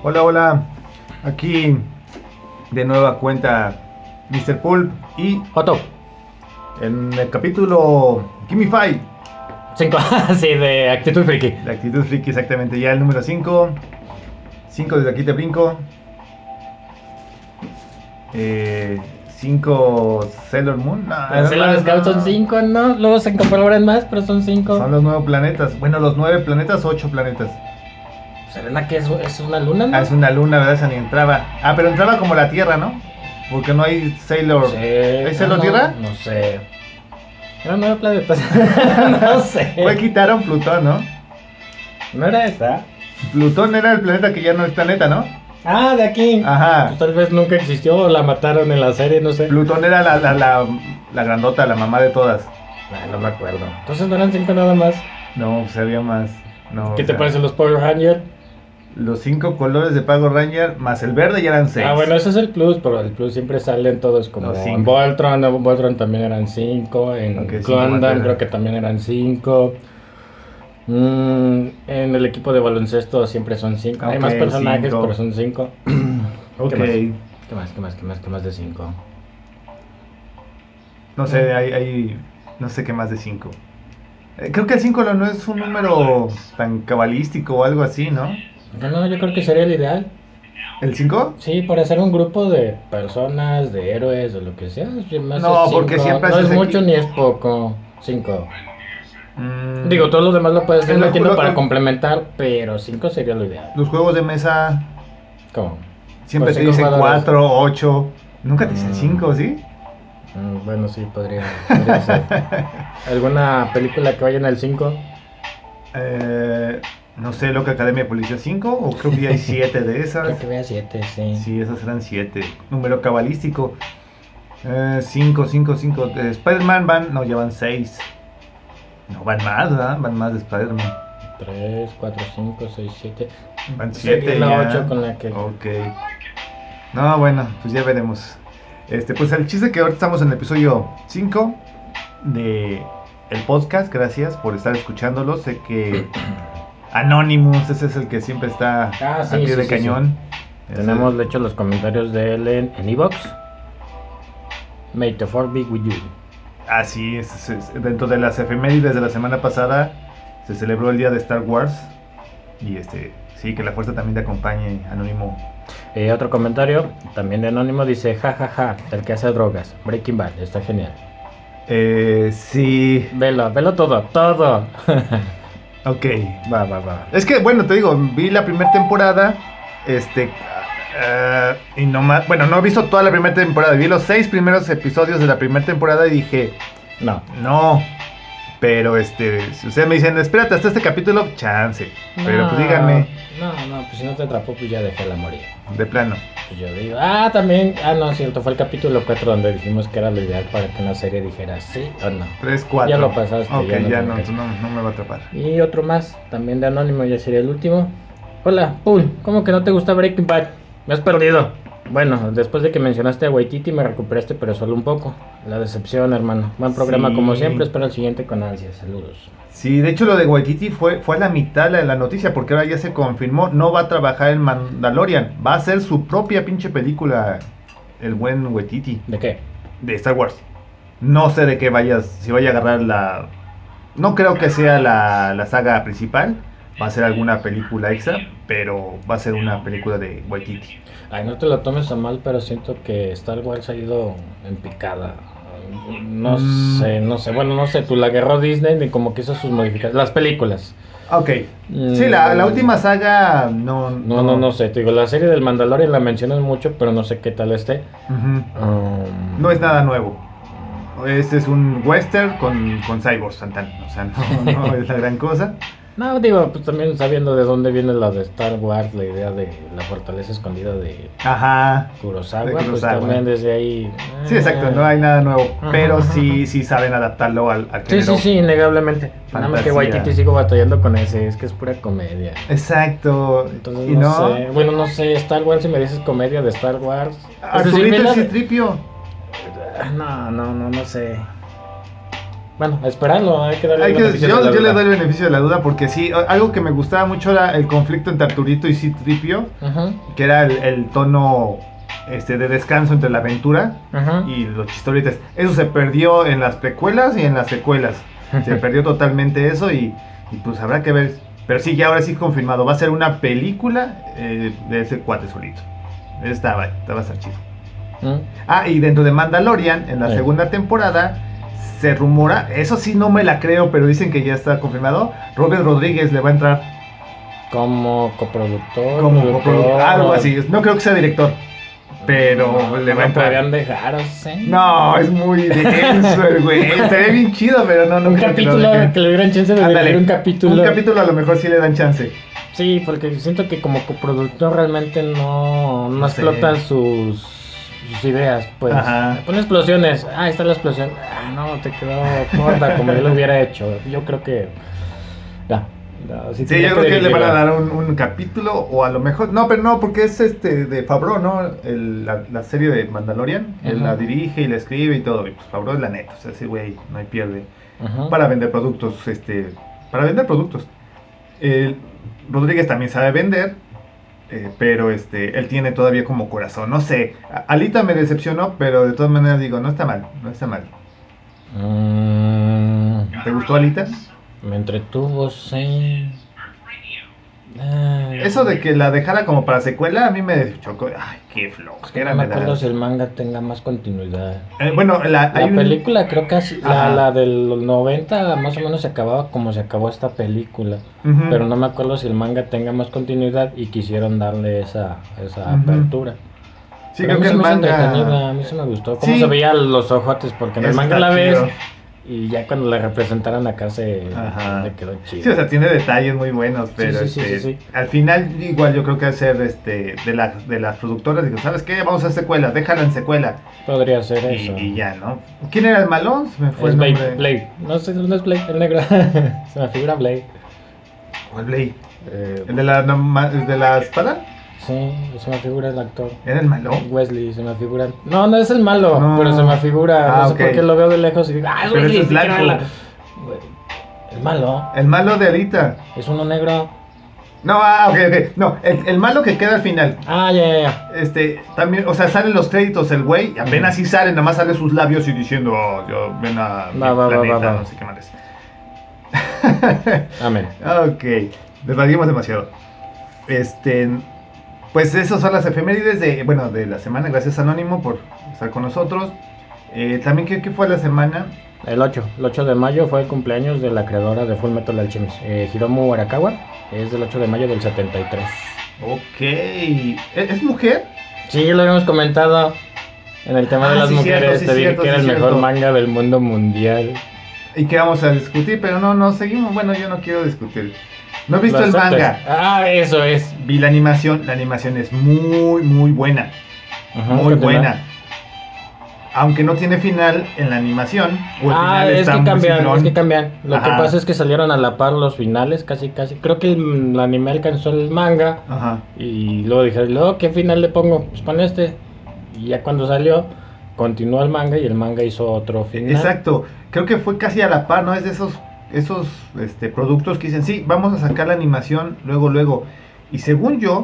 Hola, hola. Aquí de nueva cuenta Mr. Pulp y Otto. en el capítulo Gimme Five 5. Sí, de actitud friki. de Actitud Friki, exactamente, ya el número 5. 5 desde aquí te brinco. 5 Sailor Moon. No, Las Sailor Scouts son 5, ¿no? Luego se incorporan más, pero son 5. Son los 9 planetas. Bueno, los 9 planetas, 8 planetas. Serena que es una luna, ¿no? Ah, es una luna, ¿verdad? Esa ni entraba. Ah, pero entraba como la Tierra, ¿no? Porque no hay Sailor. Sí, ¿Hay Sailor no, Tierra? No sé. Eran 9 planetas. No sé. Pues quitaron Plutón, ¿no? ¿No era esta? Plutón era el planeta que ya no es planeta, ¿no? Ah, de aquí. Ajá. Pues tal vez nunca existió o la mataron en la serie, no sé. Plutón era la grandota, la mamá de todas. No me acuerdo. Entonces no eran 5 nada más. No, pues había más. No, ¿Qué o te sea, parecen los Power Rangers? los 5 colores de Power Ranger más el verde ya eran 6. Ah, bueno, ese es el plus, pero el plus siempre salen todos como Los en cinco. Voltron también eran 5, en Ok, cinco más Gundam creo verde. que también eran 5. En el equipo de baloncesto siempre son 5. Hay Ok, más personajes, pero 5. son 5. ¿Qué Ok. más? ¿Qué más de 5? No sé, no sé qué más de 5. Creo que el 5 no es un número tan cabalístico o algo así, ¿no? No, yo creo que sería el ideal. ¿El 5? Sí, para hacer un grupo de personas, de héroes, de lo que sea. Más es No, porque 5. siempre No es haces mucho ni es poco. 5. Digo, Mm, todo lo demás lo puedes ir en los, metiendo lo- para lo- complementar, pero 5 sería lo ideal. los juegos de mesa ¿Cómo? Con siempre te 5 dicen jugadores. 4, 8. Nunca te dicen Mm, 5, ¿sí? bueno, sí, podría ser. ¿Alguna película que vaya en el 5? Eh, no sé, Loca Academia de Policía 5, o creo que ya hay 7 de Creo esas. que vea 7, sí. Sí, esas eran 7. Número cabalístico. 5, 5, 5. De Spider-Man no, ya van 6. No, van más, ¿verdad? Van más de Spider-Man. 3, 4, 5, 6, 7. Van Sería 7 la ya. 8 con la que... Ok. No, bueno, pues ya veremos. Pues el chiste que ahorita estamos en el episodio 5 de el podcast. Gracias por estar escuchándolo. Sé que Anonymous, ese es el que siempre está Ah, al sí, pie sí, de sí, sí. cañón. Tenemos, de hecho, los comentarios de él en Evox. May the force be with you. Así dentro de las efemérides de la semana pasada se celebró el día de Star Wars. Y sí, que la fuerza también te acompañe, Anónimo. Otro comentario, también de Anónimo, dice: ja, ja, ja, el que hace drogas. Breaking Bad, está genial. Sí. Velo todo, todo. Ok. Va. Es que, bueno, te digo, vi la primera temporada. Y no más. Bueno, no he visto toda la primera temporada. Vi los 6 primeros episodios de la primera temporada y dije, No. no. Pero si ustedes me dicen, espérate hasta este capítulo, chance. Pero pues díganme, No, pues si no te atrapó, pues ya déjala morir. de plano. Pues yo digo, también, no, cierto, fue el capítulo 4 donde dijimos que era lo ideal para que una serie dijera sí o no. 3, 4. Ya lo pasaste, Ok, ya no ya tiene no, caso. no me va a atrapar. Y otro más, también de Anónimo, ya sería el último. Hola, Paul, ¿cómo que no te gusta Breaking Bad? Me has perdido. Bueno, después de que mencionaste a Waititi me recuperaste, pero solo un poco. La decepción, hermano. Buen programa como siempre, espero el siguiente con ansias. Saludos. Sí, de hecho lo de Waititi fue a la mitad de la noticia, porque ahora ya se confirmó, no va a trabajar en Mandalorian, va a hacer su propia pinche película, el buen Waititi, ¿De qué? de Star Wars. No sé de qué si vaya a agarrar la... No creo que sea la saga principal, va a ser alguna película extra, pero va a ser una película de Waititi. Ay, no te lo tomes a mal, pero siento que Star Wars ha ido en picada. No sé. Bueno, no sé, tú la agarró Disney ni como que hizo sus modificaciones. Las películas. Ok, sí, la última saga No sé. Te digo, la serie del Mandalorian la mencionas mucho, pero no sé qué tal esté. Ujú. No es nada nuevo. Este es un western con cyborgs saltando. O sea, no es la gran cosa. No, digo, pues también sabiendo de dónde viene la de Star Wars, la idea de la fortaleza escondida de Ajá, de Kurosawa, pues Kurosawa. también desde ahí. Sí, exacto, no hay nada nuevo. Pero Ajá. sí saben adaptarlo al Sí, género innegablemente. Nada más que fantasía. Waititi sigo batallando con ese, es que es pura comedia. Exacto. Entonces Y no no, sé. Bueno, no sé, Star Wars, si me dices comedia de Star Wars. Es decir, Arturito y Citripio. No sé. Bueno, esperarlo, hay que darle el Hay que, beneficio de la yo le duda. doy el beneficio de la duda porque sí, algo que me gustaba mucho era el conflicto entre Arturito y C-3PO, Ajá, que era el tono de descanso entre la aventura ajá. y los chistoritas. Eso se perdió en las precuelas y en las secuelas. Se perdió totalmente eso y pues habrá que ver. Pero sí, ya ahora sí confirmado. Va a ser una película de ese cuate solito. Va a estar chido. Ah, y dentro de Mandalorian, en la segunda temporada, se rumora, eso sí no me la creo, pero dicen que ya está confirmado, Robert Rodríguez le va a entrar Como coproductor, como productor. coproductor, algo así. No creo que sea director, pero No, le no va a lo entrar. podrían dejar, o sea. No, es muy denso el güey. Estaría bien chido, pero no Un creo capítulo, que lo dejen. que le dieran chance de Ándale, dirigir un capítulo. un capítulo a lo mejor sí le dan chance. Sí, porque siento que como coproductor realmente no No sé. explotan sus ideas, pues. Ajá. Pone explosiones, ahí está la explosión. Ah, no, te quedó corta como yo lo hubiera hecho. Yo creo que... Ya, sí Sí, tendría yo que creo que le van a dirigirla. dar un capítulo o a lo mejor... No, pero no, porque es de Favreau, ¿no? La serie de Mandalorian. Él la Ajá, dirige y la escribe y todo. Y pues Favreau es la neta, o sea, ese güey no hay pierde. ajá. Para vender productos, para vender productos. El Rodríguez también sabe vender, pero él tiene todavía como corazón. No sé, Alita me decepcionó, pero de todas maneras digo, no está mal, no está mal. Mm, ¿Te gustó Alita? me entretuvo, sí. Ay, Eso de que la dejara como para secuela a mí me chocó. Ay, qué es que no flojera me me da. acuerdo si el manga tenga más continuidad. Bueno, hay La un... película creo que Ajá. la del 90 más o menos se acababa como se acabó esta película. Ujú, Pero no me acuerdo si el manga tenga más continuidad y quisieron darle esa ujú. apertura. Sí, Pero a creo mí que se el me hizo manga... entretenida, a mí se me gustó. Cómo se Sí, veían los ojotes, porque en el eso manga está la ves chido. y ya cuando la representaron acá Ajá. le quedó Sí, o chido. sea, tiene detalles muy buenos, Sí, pero sí, sí, sí, sí. al final igual yo creo que hacer de las productoras, digo, ¿sabes qué? Vamos a hacer secuela, déjala en secuela. Podría ser eso. Y ya, ¿no? ¿Quién era el malón? Se me fue Es el Blade, nombre. Blade. No sé dónde es Blade, el negro. Se me figura Blade. ¿Cuál Blade? Eh, ¿El de el de la espada? sí, se me figura el actor. ¿Era el malo? Wesley, se me figura. No, no es el malo, pero se me No. figura. No Ah, sé ok. por qué lo veo de lejos y digo, ah, es Pero ese Wesley, es sí que era blanco. el malo. El malo de Alita. Es uno negro. No, ok, ok. No, el malo que queda al final. Ah, ya, ya, ya. También, o sea, salen los créditos el güey, apenas sí sale, nada más sale sus labios y diciendo, oh, yo ven a mi planeta, Va. no sé qué más. Amén. Ok, desvariamos demasiado. Este, pues esas son las efemérides de la semana. Gracias Anónimo por estar con nosotros. También, ¿qué fue la semana? El 8 de mayo fue el cumpleaños de la creadora de Full Metal Alchemist, Hiromu Arakawa. Es del 8 de mayo del 73. Ok, ¿es mujer? Sí, ya lo habíamos comentado en el tema de las Sí, cierto, mujeres. sí, Te dije cierto, que era sí, el mejor cierto. manga del mundo mundial. Y que vamos a discutir, pero no, seguimos. Bueno, yo no quiero discutir. No he ¿Lo visto el aceptas? manga. Ah, eso es. Vi la animación. La animación es muy, muy buena. Ajá, Muy continúa. buena. Aunque no tiene final en la animación. O el Ah, final está muy es que simplón. cambian. Lo que pasa Ajá. es que salieron a la par los finales, casi, casi. Creo que el anime alcanzó el manga. Ajá. Y luego dije, luego, ¿qué final le pongo? Pues pon este. Y ya cuando salió, continuó el manga y el manga hizo otro final. Exacto. Creo que fue casi a la par, ¿no? Es de esos productos que dicen, sí, vamos a sacar la animación luego, luego. Y según yo,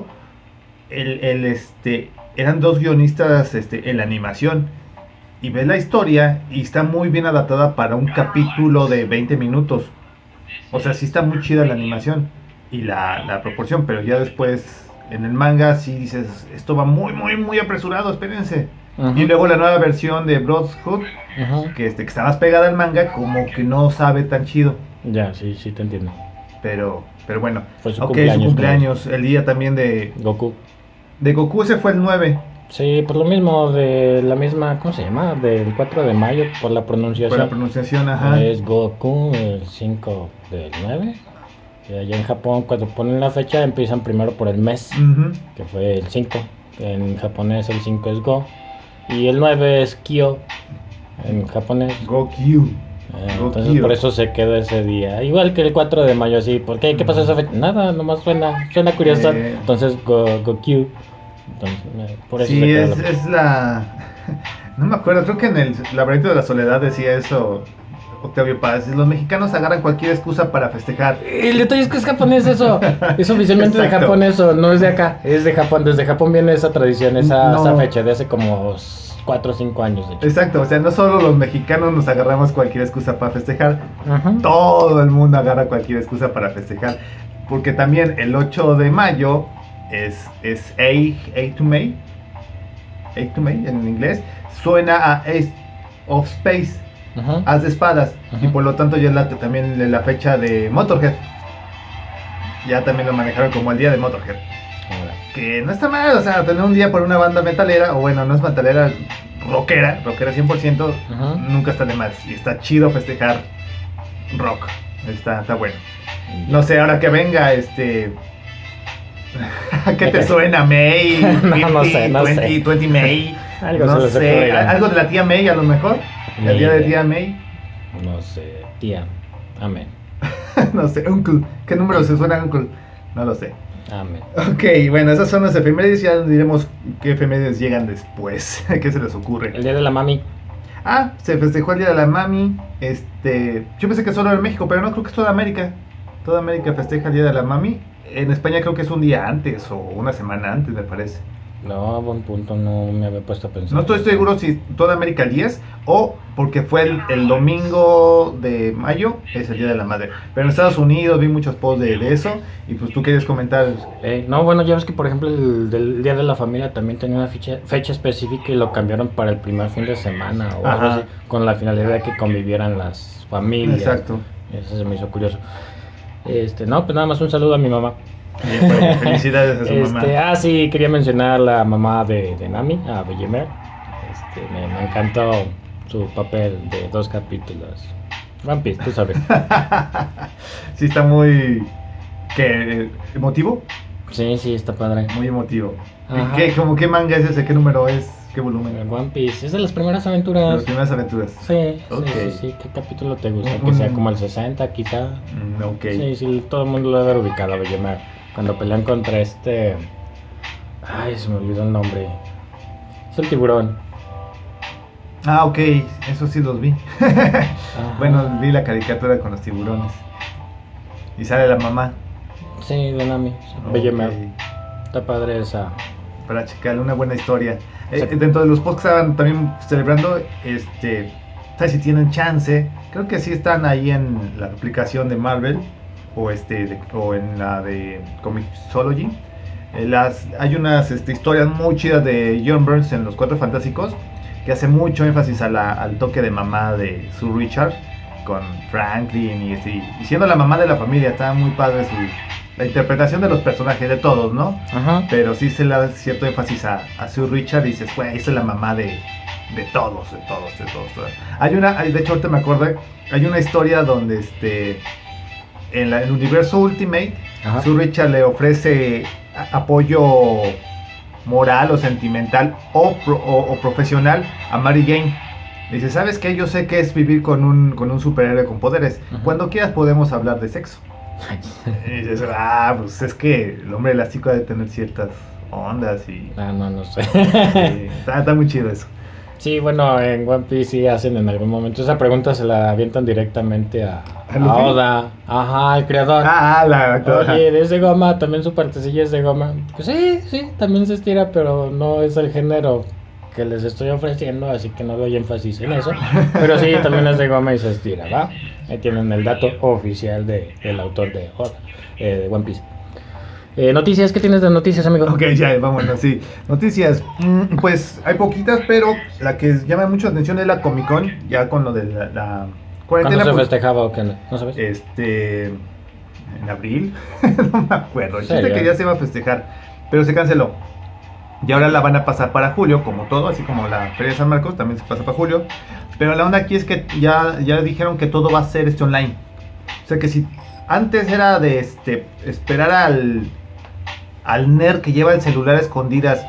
eran dos guionistas en la animación. Y ves la historia y está muy bien adaptada para un capítulo de 20 minutos. O sea, sí está muy chida la animación y la proporción, pero ya después en el manga sí dices, esto va muy, muy, muy apresurado, espérense. Y Ajá, luego la nueva versión de Brotherhood, ajá. que está más pegada al manga, como que no sabe tan chido. Ya, sí, sí te entiendo. Pero bueno, Fue su ok, su cumpleaños, como dice. cumpleaños, el día también Goku. de Goku, ese fue el 9 Sí, por lo mismo, de la misma, ¿cómo se llama? Del 4 de mayo, por la por la pronunciación. pronunciación, ajá. Es Goku, el 5 del 9. Y allá en Japón, cuando ponen la fecha, empiezan primero por el mes, Ujú. que fue el 5. En japonés el 5 es Go. Y el 9 es Kyo, en japonés. Goku. Entonces por Goku. eso se queda ese día. Igual que el 4 de mayo, así. ¿Por qué? ¿Qué pasó esa fecha? Nada, nomás suena curioso. Eh, Entonces Goku. Entonces, por eso se sí, queda la fecha. es la... No me acuerdo, creo que en el Laberinto de la Soledad decía eso. Octavio Paz, los mexicanos agarran cualquier excusa para festejar. El detalle es que es japonés eso. Es oficialmente de Exacto. Japón eso, no es de acá. Es de Japón. Desde Japón viene esa tradición, esa No. fecha de hace como 4 o 5 años, de hecho. Exacto, o sea, no solo los mexicanos nos agarramos cualquier excusa para festejar, Ajá. todo el mundo agarra cualquier excusa para festejar. Porque también el 8 de mayo es A to May, A to May en inglés, suena a Ace of Space, Ajá. As de espadas, Ajá. y por lo tanto ya también la fecha de Motorhead. Ya también lo manejaron como el día de Motorhead. Ahora. Que no está mal, o sea, tener un día por una banda metalera, o bueno, no es metalera, rockera 100%, Ajá. nunca está de más. Y está chido festejar rock, está bueno. No sé, ahora que venga, ¿qué te suena? May, No sé, no 20, sé. 20 May, Algo no se les sé, ocurrirá. algo de la tía May a lo mejor, Ni el día de idea. tía May, No sé, tía. Amén. no sé, Uncle, ¿qué número se suena Uncle? No lo sé. Amén. Ok, bueno, esas son las efemérides, ya diremos qué efemérides llegan después, qué se les ocurre. El día de la mami. Ah, se festejó el Día de la Mami. Yo pensé que solo en México, pero no, creo que es toda América. Toda América festeja el Día de la Mami. En España creo que es un día antes o una semana antes, me parece. No, buen punto, no me había puesto a pensar. No estoy seguro si toda América el 10 o porque fue el domingo de mayo, es el Día de la Madre. Pero en Estados Unidos vi muchos posts de eso y pues tú querías comentar. No, bueno, ya ves que por ejemplo el del Día de la Familia también tenía una fecha específica y lo cambiaron para el primer fin de semana o algo así, Ajá, con la finalidad de que convivieran las familias. exacto. Eso se me hizo curioso. No, pues nada más un saludo a mi mamá. Bien, pues, felicidades a su mamá. Sí, quería mencionar la mamá de Nami, a Bellemer. Me encantó su papel de 2 capítulos. One Piece, tú sabes. Sí, está muy... ¿Qué? ¿Emotivo? Sí, está padre. Muy emotivo. Ajá. ¿Cómo qué manga es ese? ¿Qué número es? ¿Qué volumen? One Piece, es de las primeras De aventuras. las primeras aventuras. Sí. Ok. ¿Qué capítulo te gusta? Un- Que sea un- como el 60, quizá. ok. Sí, todo el mundo lo debe haber ubicado a Bellemer. Cuando pelean contra Ay, se me olvidó el nombre. Es el tiburón. Ah, ok. Eso sí los vi. Bueno, vi la caricatura con los tiburones. Y sale la mamá. Sí, de Nami. Ok. Bellemer. Está padre esa. Para checarle una buena historia. Sí. Dentro de los posts que estaban también celebrando, ¿sabes si tienen chance? Creo que sí están ahí en la aplicación de Marvel o o en la de Comixology. Hay unas historias muy chidas de John Burns en Los Cuatro Fantásticos que hace mucho énfasis al toque de mamá de Sue Richard con Franklin y siendo la mamá de la familia. Está muy padre la interpretación de los personajes, de todos, ¿no? Ajá. Pero sí se le da cierto énfasis a Sue Richard y dices, güey, esa es la mamá de todos. De hecho, ahorita me acordé, hay una historia donde en el universo Ultimate, Ajá. Sue Richard le ofrece apoyo moral o sentimental o profesional a Mary Jane. Dice, ¿sabes qué? Yo sé que es vivir con un superhéroe con poderes. Ajá. Cuando quieras podemos hablar de sexo. Y dices, pues es que el hombre elástico ha de tener ciertas ondas y... No sé. Sí, está muy chido eso. Sí, bueno, en One Piece sí hacen en algún momento. Esa pregunta se la avientan directamente ¿A a Luffy? Oda. Ajá, al creador. La... Oye, ¿es de goma? ¿También su partecilla es de goma? Pues sí, también se estira, pero no es el género que les estoy ofreciendo, así que no doy énfasis en eso. Pero sí, también es de goma y se estira, ¿va? Ahí tienen el dato oficial del autor de Oda, de One Piece. Noticias, ¿qué tienes de noticias, amigo? Ok, ya, vámonos, sí. Noticias, pues hay poquitas, pero la que llama mucho la atención es la Comic Con, ya con lo de la ¿Cuándo cuarentena, se pues, festejaba o qué onda? ¿No sabes? en abril, no me acuerdo. El chiste es que ¿Serio? ya se iba a festejar, pero se canceló. Y ahora la van a pasar para julio, como todo, así como la Feria de San Marcos, también se pasa para julio. Pero la onda aquí es que ya dijeron que todo va a ser online. O sea que si antes era de esperar al nerd que lleva el celular a escondidas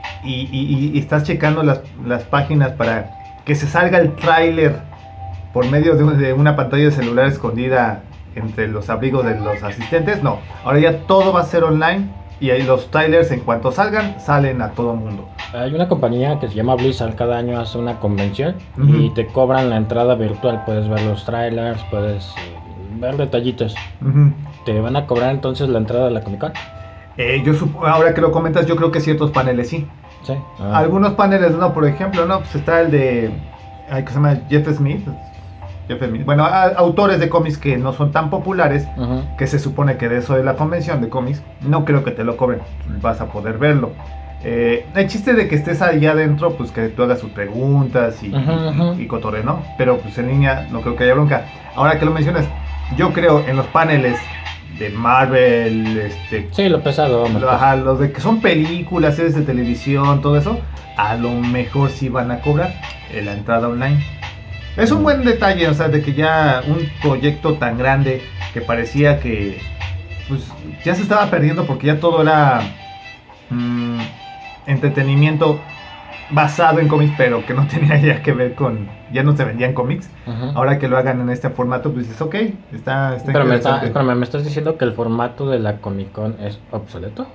y estás checando las páginas para que se salga el tráiler por medio de una pantalla de celular escondida entre los abrigos de los asistentes, no. Ahora ya todo va a ser online y ahí los trailers en cuanto salgan, salen a todo mundo. Hay una compañía que se llama Blizzard, cada año hace una convención y Ujú. te cobran la entrada virtual. Puedes ver los trailers, puedes ver detallitos. Ujú. ¿Te van a cobrar entonces la entrada a la Comic Con? Ahora que lo comentas, yo creo que ciertos paneles sí. Sí. Algunos paneles no, por ejemplo, no, pues está el de, que se llama Jeff Smith. Bueno, autores de cómics que no son tan populares, Ujú. que se supone que de eso es la convención de cómics, no creo que te lo cobren, vas a poder verlo. El chiste de que estés allá adentro, pues que tú hagas sus preguntas y cotorre, ¿no? Pero pues en línea no creo que haya bronca. Ahora que lo mencionas, yo creo en los paneles de Marvel, Sí, lo pesado, vamos, pues. ajá, los de que son películas, series de televisión, todo eso, a lo mejor sí van a cobrar la entrada online. Es un buen detalle, o sea, de que ya un proyecto tan grande que parecía que pues ya se estaba perdiendo porque ya todo era mm, entretenimiento basado en cómics, pero que no tenía ya que ver con, ya no se vendían cómics. Ujú. Ahora que lo hagan en este formato, pues dices, ok, está interesante. Espérame, ¿me estás diciendo que el formato de la Comic Con es obsoleto?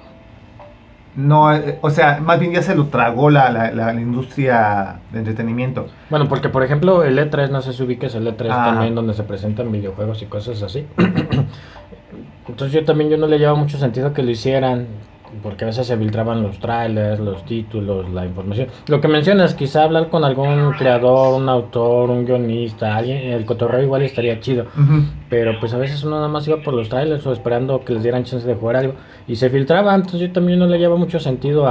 No, o sea, más bien ya se lo tragó la industria de entretenimiento. Bueno, porque por ejemplo el E3, no sé si ubiques el E3 Ajá. también donde se presentan videojuegos y cosas así. Entonces yo no le llevaba mucho sentido que lo hicieran, porque a veces se filtraban los trailers, los títulos, la información. Lo que mencionas, quizá hablar con algún creador, un autor, un guionista, alguien, el cotorreo igual estaría chido. Ujú. Pero pues a veces uno nada más iba por los trailers o esperando que les dieran chance de jugar algo. Y se filtraba, entonces yo también no le llevaba mucho sentido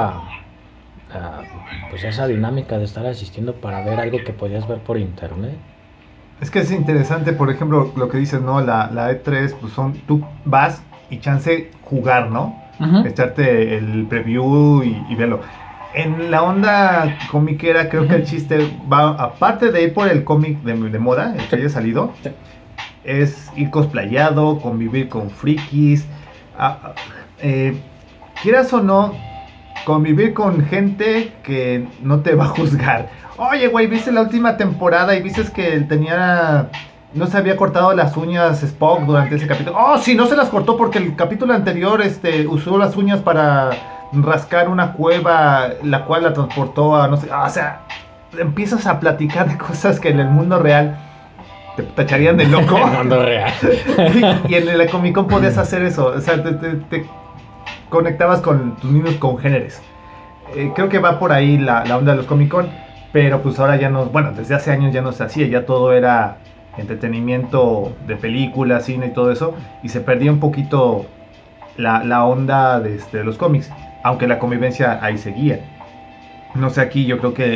a pues esa dinámica de estar asistiendo para ver algo que podías ver por internet. Es que es interesante, por ejemplo, lo que dices, ¿no? La E3, pues tú vas y chance jugar, ¿no? Ujú. Echarte el preview y verlo. En la onda comiquera, creo que el chiste va, aparte de ir por el cómic de moda, el que Sí, haya salido, sí. es ir cosplayado, convivir con frikis. ah, ah, eh, Quieras o no, convivir con gente que no te va a juzgar. Oye, güey, ¿viste la última temporada y viste que él tenía... No se había cortado las uñas Spock durante ese capítulo? Oh, sí, no se las cortó porque el capítulo anterior usó las uñas para rascar una cueva, la cual la transportó a no sé... O sea, empiezas a platicar de cosas que en el mundo real te tacharían de loco. El mundo real. Y en la Comic Con podías hacer eso. O sea, te conectabas con tus mismos congéneres. Creo que va por ahí la onda de los Comic Con, pero pues ahora ya no, bueno, desde hace años ya no se hacía, ya todo era entretenimiento de películas, cine y todo eso, y se perdía un poquito la onda de los cómics, aunque la convivencia ahí seguía. No sé, aquí yo creo que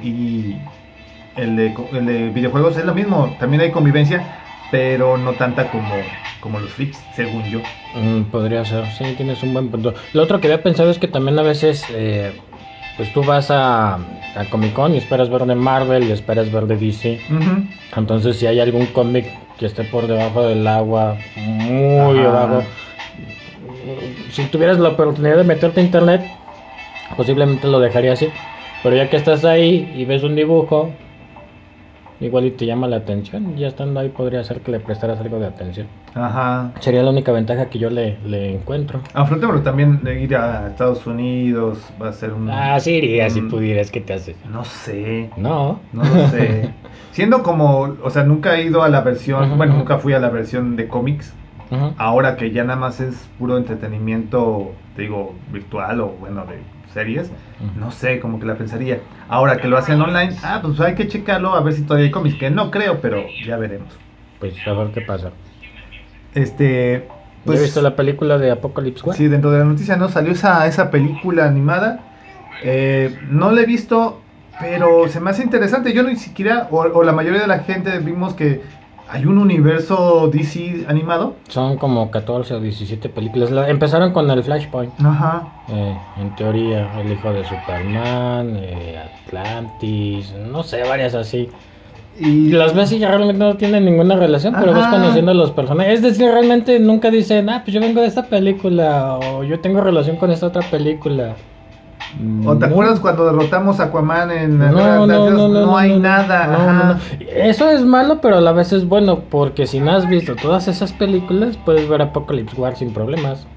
el de videojuegos es lo mismo, también hay convivencia, pero no tanta como los freaks, según yo. Podría ser, sí, tienes un buen punto. Lo otro que había pensado es que también a veces, pues tú vas a Comic Con y esperas ver de Marvel y esperas ver de DC. Ujú. Entonces, si hay algún cómic que esté por debajo del agua, muy Ajá. abajo, si tuvieras la oportunidad de meterte a internet, posiblemente lo dejaría así. Pero ya que estás ahí y ves un dibujo, igual y te llama la atención, ya estando ahí podría ser que le prestaras algo de atención. Ajá. Sería la única ventaja que yo le encuentro. Afrontémoslo también de ir a Estados Unidos, va a ser Ah, sí iría si pudieras, ¿qué te hace? no sé, No. no lo sé. Siendo como, o sea, nunca he ido a la versión, Ujú, bueno, ujú, nunca fui a la versión de cómics. ujú. Ahora que ya nada más es puro entretenimiento, te digo, virtual o bueno, de series, no sé, como que la pensaría. Ahora que lo hacen online, pues hay que checarlo a ver si todavía hay cómics, que no creo, pero ya veremos. Pues a ver qué pasa. Este, ¿Ya viste pues la película de Apocalypse War? sí, dentro de la noticia, ¿no? Salió esa película animada. No la he visto, pero se me hace interesante. Yo ni siquiera, o la mayoría de la gente, vimos que hay un universo DC animado. Son como 14 o 17 películas. Empezaron con el Flashpoint. Ajá. En teoría, el hijo de Superman, Atlantis, no sé, varias así. Las Y. ves y ya realmente no tienen ninguna relación, pero vas Ajá. conociendo a los personajes. Es decir, realmente nunca dicen, pues yo vengo de esta película o yo tengo relación con esta otra película. ¿O te No, acuerdas cuando derrotamos a Aquaman en la Guerra de no, no, Atlantis? no, no, No no, hay no, no, nada. no, no, no. Ajá. Eso es malo, pero a la vez es bueno, porque si no has visto todas esas películas, puedes ver Apocalypse War sin problemas.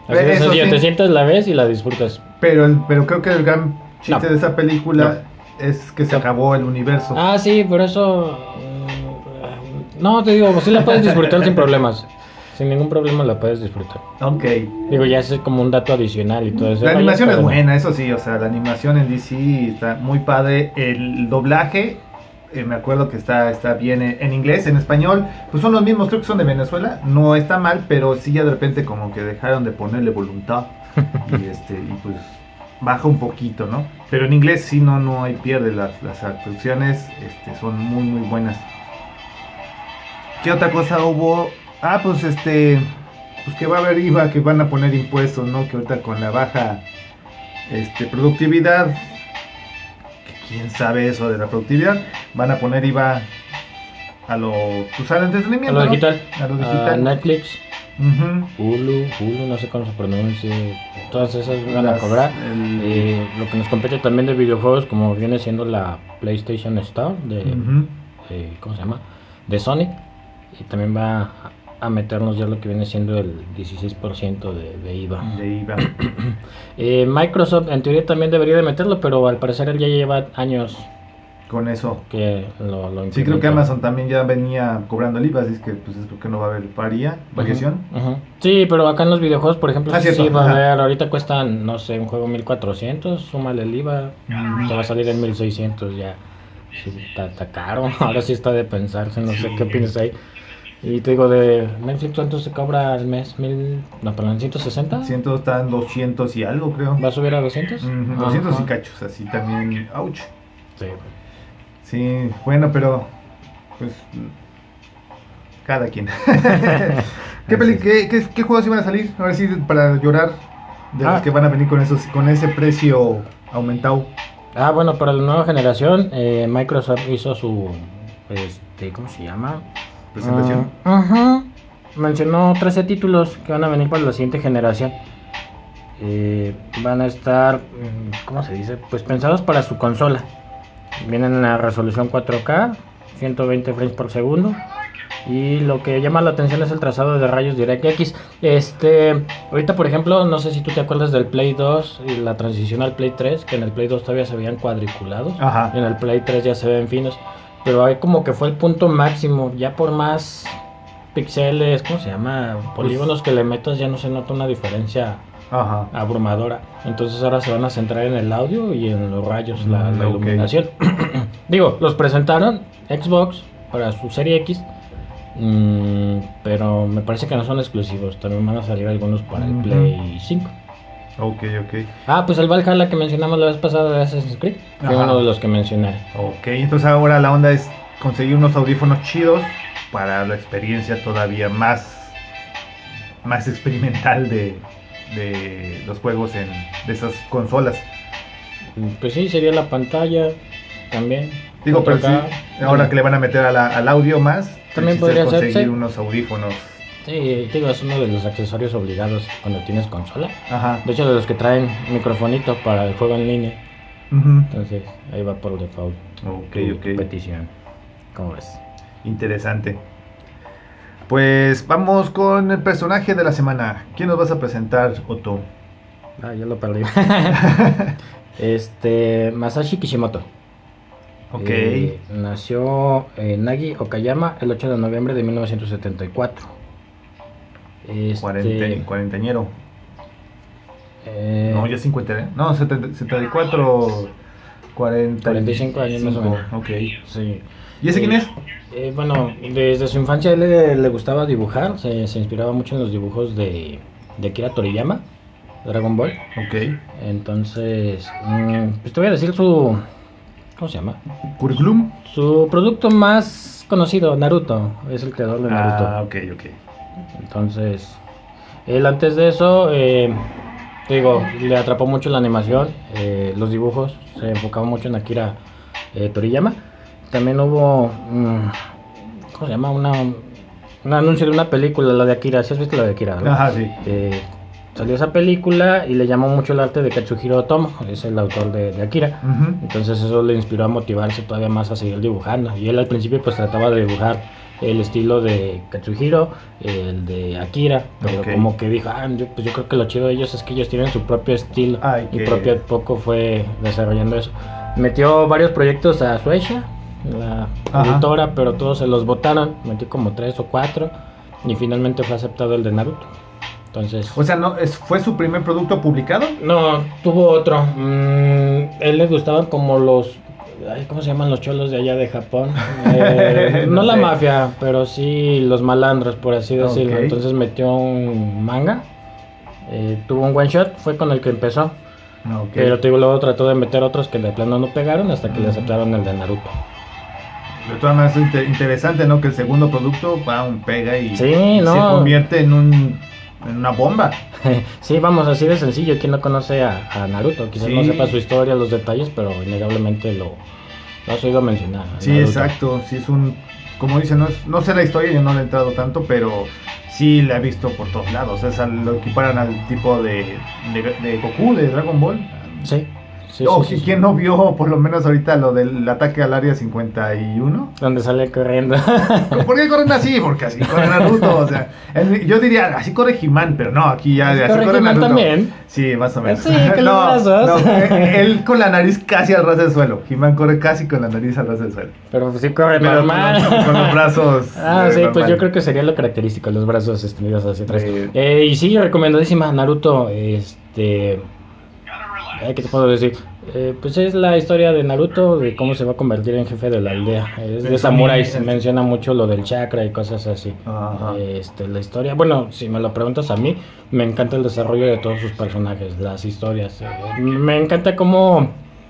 Así de Eso sencillo, sí. te sientas, la ves y la disfrutas. Pero creo que el gran chiste No. de esa película es que se acabó el universo. Ah, sí, por eso. No, te digo, sí la puedes disfrutar sin problemas. Sin ningún problema la puedes disfrutar. Ok. Digo, ya es como un dato adicional y todo ese La rollo, animación es pero no. buena, eso sí, o sea, la animación en DC está muy padre. El doblaje, me acuerdo que está bien en inglés, en español, pues son los mismos, creo que son de Venezuela. No está mal, pero sí ya de repente como que dejaron de ponerle voluntad. Y pues baja un poquito, ¿no? Pero en inglés sí no hay pierde, las traducciones son muy buenas. ¿Qué otra cosa hubo? Ah, pues que va a haber IVA, que van a poner impuestos, ¿no? Que ahorita con la baja productividad, que quién sabe eso de la productividad, van a poner IVA a lo, pues al A entretenimiento, lo ¿no? digital. A lo A digital. Netflix, Ujú. Hulu, no sé cómo se pronuncia. Todas esas van a Las, cobrar. el, Lo que nos compete también de videojuegos, como viene siendo la PlayStation Store ujú. ¿cómo se llama? De Sony. Y también va a meternos ya lo que viene siendo el 16% de IVA. De IVA. Microsoft en teoría también debería de meterlo, pero al parecer él ya lleva años Con eso. que lo Sí, creo que implementó. Amazon también ya venía cobrando el IVA, así es que pues creo que no va a haber variación. Ujú. Sí, pero acá en los videojuegos, por ejemplo, Ah, cierto, sí va a ajá. haber, ahorita cuestan, no sé, un juego 1400, súmale el IVA, te va a salir en 1600 ya. Sí, está caro, ahora sí está de pensarse, no sé qué Sí. opinas ahí. Y te digo, de Netflix, ¿cuánto se cobra al mes? ¿1000? No, perdón, 160. 100 están 200 y algo, creo. ¿Va a subir a 200? 200 y Ajá. cachos, así también. Ouch. Sí. Sí, bueno, pero pues cada quien. Así es. ¿Qué juegos iban a salir? A ver si para llorar de los Ah, que van a venir con ese precio aumentado. bueno, para la nueva generación, Microsoft hizo su, ¿cómo se llama? Presentación. Ajá. Mencionó 13 títulos que van a venir para la siguiente generación. Van a estar, ¿cómo se dice? Pues pensados para su consola. Vienen en la resolución 4K, 120 frames por segundo. Y lo que llama la atención es el trazado de rayos DirectX. Ahorita por ejemplo, no sé si tú te acuerdas del Play 2 y la transición al Play 3, que en el Play 2 todavía se veían cuadriculados Ajá. y en el Play 3 ya se ven finos. Pero ahí como que fue el punto máximo, ya por más píxeles, ¿cómo se llama? Polígonos que le metas ya no se nota una diferencia Ajá. abrumadora. Entonces ahora se van a centrar en el audio y en los rayos, la Ok. iluminación. Digo, los presentaron Xbox para su serie X. Pero me parece que no son exclusivos. También van a salir algunos para el Play 5. Ok. Pues el Valhalla que mencionamos la vez pasada de Assassin's Creed fue uno de Ajá. los que mencioné. Ok, entonces ahora la onda es conseguir unos audífonos chidos para la experiencia todavía más experimental de los juegos de esas consolas. Pues sí, sería la pantalla también. Digo, pero 4K. sí, ahora Dime. que le van a meter al audio más, el También chiste es podría conseguir hacerse. unos audífonos. Sí, digo, es uno de los accesorios obligados cuando tienes consola. Ajá. De hecho, de los que traen microfonito para el juego en línea. Ujú. Entonces, ahí va por default Ok. tu petición. ¿Cómo ves? Interesante. Pues vamos con el personaje de la semana. ¿Quién nos vas a presentar, Otto? Ya lo perdí. Masashi Kishimoto. Ok. Nació Nagi Okayama el 8 de noviembre de 1974. Cuarentañero. Eh, No, ya 50, ¿eh? No, 74, 45 años más o menos. 45. Ok. Sí. ¿Y ese quién es? Bueno, desde su infancia le gustaba dibujar, se inspiraba mucho en los dibujos de Akira Toriyama, Dragon Ball. Ok. Entonces, pues te voy a decir su... ¿Cómo se llama? ¿Curriculum? Su producto más conocido, Naruto, es el creador de Naruto. Ah, ok. Entonces, él antes de eso, te digo, le atrapó mucho la animación, los dibujos, se enfocaba mucho en Akira Toriyama. También hubo, ¿cómo se llama? Un anuncio de una película, la de Akira. ¿Sí has visto la de Akira, verdad? Ajá, sí. salió esa película y le llamó mucho el arte de Katsuhiro Otomo, es el autor de Akira. Entonces eso le inspiró a motivarse todavía más a seguir dibujando. Y él al principio pues trataba de dibujar el estilo de Katsuhiro, el de Akira, pero como que dijo, yo creo que lo chido de ellos es que ellos tienen su propio estilo. Y propio a poco fue desarrollando eso. Metió varios proyectos a Shueisha, la editora, pero todos se los botaron. Metió como 3 o 4 y finalmente fue aceptado el de Naruto. Entonces, o sea, ¿fue su primer producto publicado? No, tuvo otro. Él le gustaban como los... ¿cómo se llaman los cholos de allá de Japón? No la mafia, pero sí los malandros, por así decirlo. Entonces metió un manga. Tuvo un one shot, fue con el que empezó. Pero te digo, luego trató de meter otros que de plano no pegaron hasta que le aceptaron el de Naruto. De todas maneras es interesante, ¿no? Que el segundo producto pega y se convierte en una bomba. Sí, vamos, así de sencillo. ¿Quién no conoce a Naruto? Quizás no sepa su historia, los detalles, pero innegablemente lo has oído mencionar. Sí, Naruto. Exacto. Sí, es un... Como dicen, no sé la historia, yo no le he entrado tanto, pero sí la he visto por todos lados. O sea, lo equiparan al tipo de Goku, de Dragon Ball. Sí. ¿Quién no vio por lo menos ahorita lo del ataque al área 51? Donde sale corriendo. ¿Por qué corren así? Porque así corre Naruto. O sea, yo diría, así corre He-Man, pero no, aquí ya así corre Naruto. También. Sí, más o menos. Sí, con los brazos. Él con la nariz casi al ras del suelo. He-Man corre casi con la nariz al ras del suelo. Pero sí corre normal. Con los brazos. Sí, normal. Pues yo creo que sería lo característico, los brazos extendidos hacia atrás. Y sí, recomendadísima Naruto. ¿Qué te puedo decir? Pues es la historia de Naruto, de cómo se va a convertir en jefe de la aldea. Es de samuráis, menciona mucho lo del chakra y cosas así. La historia, bueno, si me lo preguntas a mí, me encanta el desarrollo de todos sus personajes, las historias. Me encanta cómo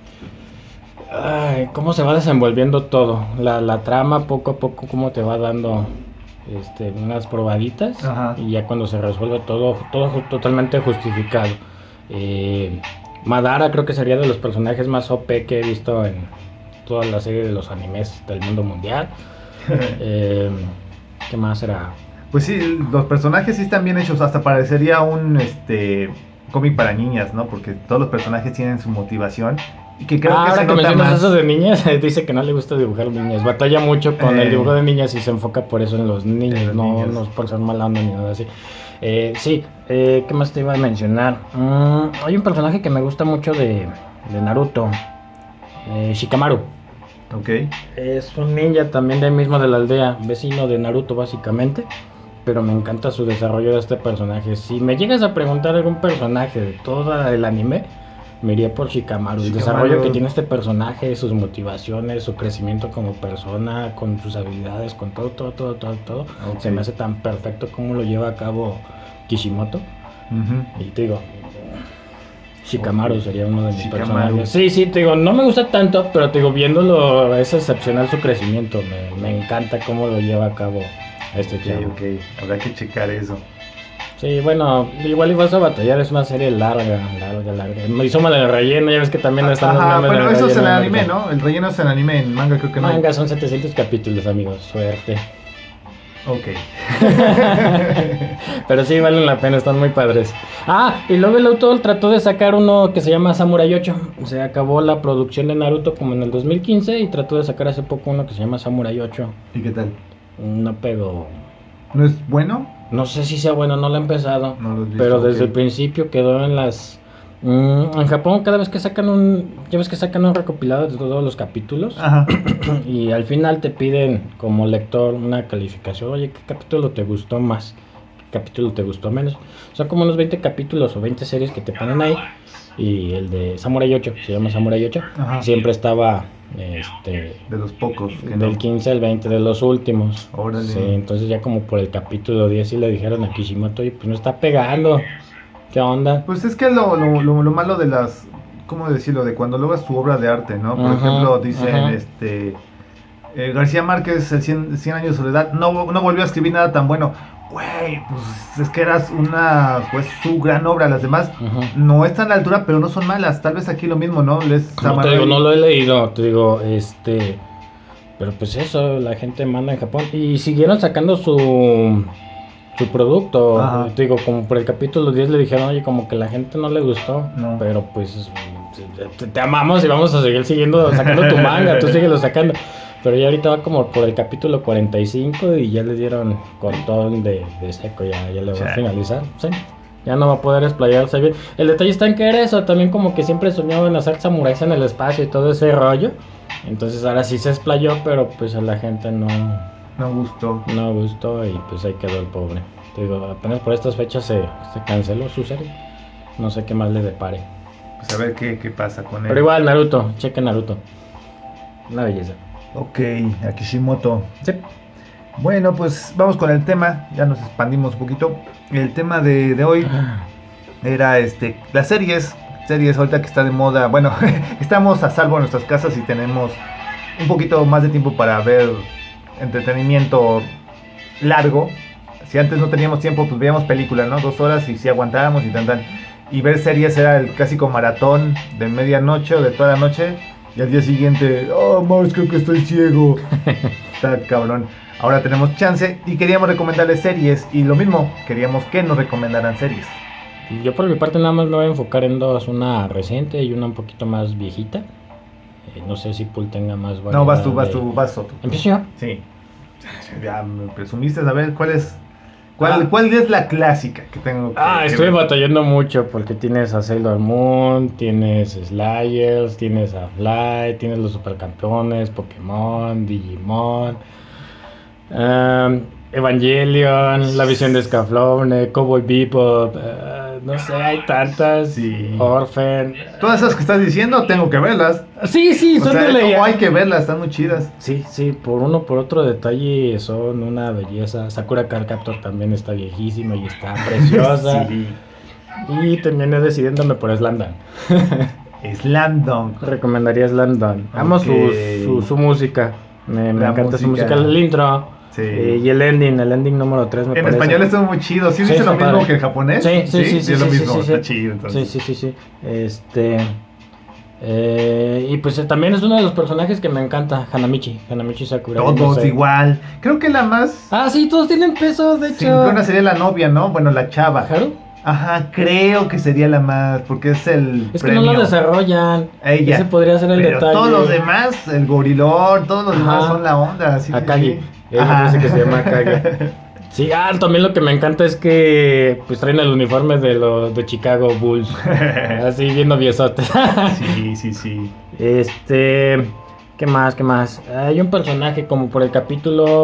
se va desenvolviendo todo. La trama poco a poco, cómo te va dando unas probaditas. Y ya cuando se resuelve todo totalmente justificado. Madara creo que sería de los personajes más OP que he visto en toda la serie de los animes del mundo mundial. ¿Qué más será? Pues sí, los personajes sí están bien hechos. Hasta parecería un cómic para niñas, ¿no? Porque todos los personajes tienen su motivación. Y que creo que se nota más. Eso de niñas, dice que no le gusta dibujar niñas. Batalla mucho con el dibujo de niñas y se enfoca por eso en los niños. No es por ser mala onda ni nada así. ¿Qué más te iba a mencionar? Hay un personaje que me gusta mucho de Naruto, Shikamaru. Es un ninja también del mismo de la aldea, vecino de Naruto básicamente, pero me encanta su desarrollo de este personaje. Si me llegas a preguntar algún personaje de todo el anime, me iría por Shikamaru. El desarrollo que tiene este personaje, sus motivaciones, su crecimiento como persona, con sus habilidades, con todo. Se me hace tan perfecto como lo lleva a cabo Kishimoto. Y te digo, Shikamaru sería uno de mis personajes. Sí, te digo, no me gusta tanto, pero te digo, viéndolo es excepcional su crecimiento. Me encanta cómo lo lleva a cabo chavo. Habrá que checar eso. Sí, bueno, igual y vas a batallar, es una serie larga. Me hizo mal el relleno, ya ves que también están los memes bueno, eso es en el anime, ¿no? El relleno es en el anime, en manga creo que no. Manga son 700 capítulos, amigos, suerte. Pero sí valen la pena, están muy padres. Y luego el autor trató de sacar uno que se llama Samurai 8. Se acabó la producción de Naruto como en el 2015 y trató de sacar hace poco uno que se llama Samurai 8. ¿Y qué tal? No pegó. ¿No es bueno? No sé si sea bueno, no lo he empezado. Pero desde el principio quedó en las... en Japón cada vez que sacan ya ves que sacan un recopilado de todos los capítulos. Y al final te piden como lector una calificación. Oye, ¿qué capítulo te gustó más? ¿Qué capítulo te gustó menos? Son como unos 20 capítulos o 20 series que te ponen ahí. Y el de Samurai 8, se llama Samurai 8. Siempre estaba de los pocos que del 15 al 20 de los últimos. Órale. Sí, entonces ya como por el capítulo 10 sí le dijeron a Kishimoto, oye, pues no está pegando. ¿Qué onda? Pues es que lo malo de las, ¿cómo decirlo? De cuando logras tu obra de arte, ¿no? Por ejemplo, dicen, García Márquez, el 100 años de soledad, no volvió a escribir nada tan bueno. Güey, pues es que eras su gran obra. Las demás no están a la altura, pero no son malas. Tal vez aquí lo mismo, ¿no? Te digo, no lo he leído, te digo, pero pues eso, la gente manda en Japón. Y siguieron sacando su su producto. Ajá. Te digo, como por el capítulo 10 le dijeron, oye, como que la gente no le gustó, No. pero pues te amamos y vamos a seguir sacando tu manga, tú síguelo sacando. Pero ya ahorita va como por el capítulo 45 y ya le dieron cortón de seco, ya le va a finalizar, sí. Ya no va a poder explayarse bien. El detalle está en que era eso, también como que siempre soñaba en hacer samuráis en el espacio y todo ese rollo. Entonces ahora sí se explayó, pero pues a la gente no gustó. No gustó y pues ahí quedó el pobre. Te digo, apenas por estas fechas se canceló su serie. No sé qué más le depare. Pues a ver qué pasa con él. Pero igual, Naruto, cheque Naruto. Una belleza. Ok, a Kishimoto. Sí. Bueno, pues vamos con el tema. Ya nos expandimos un poquito. El tema de hoy era las series. Series ahorita que está de moda. Bueno, estamos a salvo en nuestras casas y tenemos un poquito más de tiempo para ver entretenimiento largo. Si antes no teníamos tiempo, pues veíamos películas, ¿no? 2 horas y si aguantábamos y tan. Y ver series era el clásico maratón de medianoche o de toda la noche. Y al día siguiente, Max, creo que estoy ciego. Está cabrón. Ahora tenemos chance y queríamos recomendarles series. Y lo mismo, queríamos que nos recomendaran series. Yo por mi parte nada más me voy a enfocar en dos. Una reciente y una un poquito más viejita. No sé si Pool tenga más variedad. No, vas tú. ¿Empiezo yo? Sí. Ya me presumiste a ver cuál es la clásica que tengo que estoy ver. batallando mucho porque tienes a Sailor Moon, tienes Slayers, tienes a Fly, tienes los supercampeones, Pokémon, Digimon, Evangelion, la visión de Scaflowne, Cowboy Bebop, no sé, hay tantas, Sí. Orphan. Todas esas que estás diciendo tengo que verlas. Sí, son de ley. Hay que verlas, están muy chidas. Sí, por uno por otro detalle son una belleza. Sakura Card Captor también está viejísima y está preciosa. Sí. Y terminé decidiéndome por Slam Dunk. Slam Dunk. Recomendaría Slam Dunk. Amo su música. Me encanta su música. El intro. Sí. Y el ending número 3 me en parece. español está muy chido. ¿Sí dice lo mismo padre. que el japonés? Sí, es lo mismo. Está chido entonces. Sí. Y pues también es uno de los personajes que me encanta, Hanamichi Sakura. Todos igual. Creo que la más... sí, todos tienen peso, de hecho. Sincrona sería la novia, ¿no? Bueno, la chava. ¿Haru? Ajá, creo que sería la más, porque es el premio. Que no la desarrollan. Ella. Ese podría ser el detalle. Todos los demás, el gorilor, todos los demás son la onda. Sí, Akagi. Ella parece que se llama Akagi. Sí, también lo que me encanta es que pues traen el uniforme de Chicago Bulls. Así bien noviosotes. Sí. ¿Qué más? Hay un personaje como por el capítulo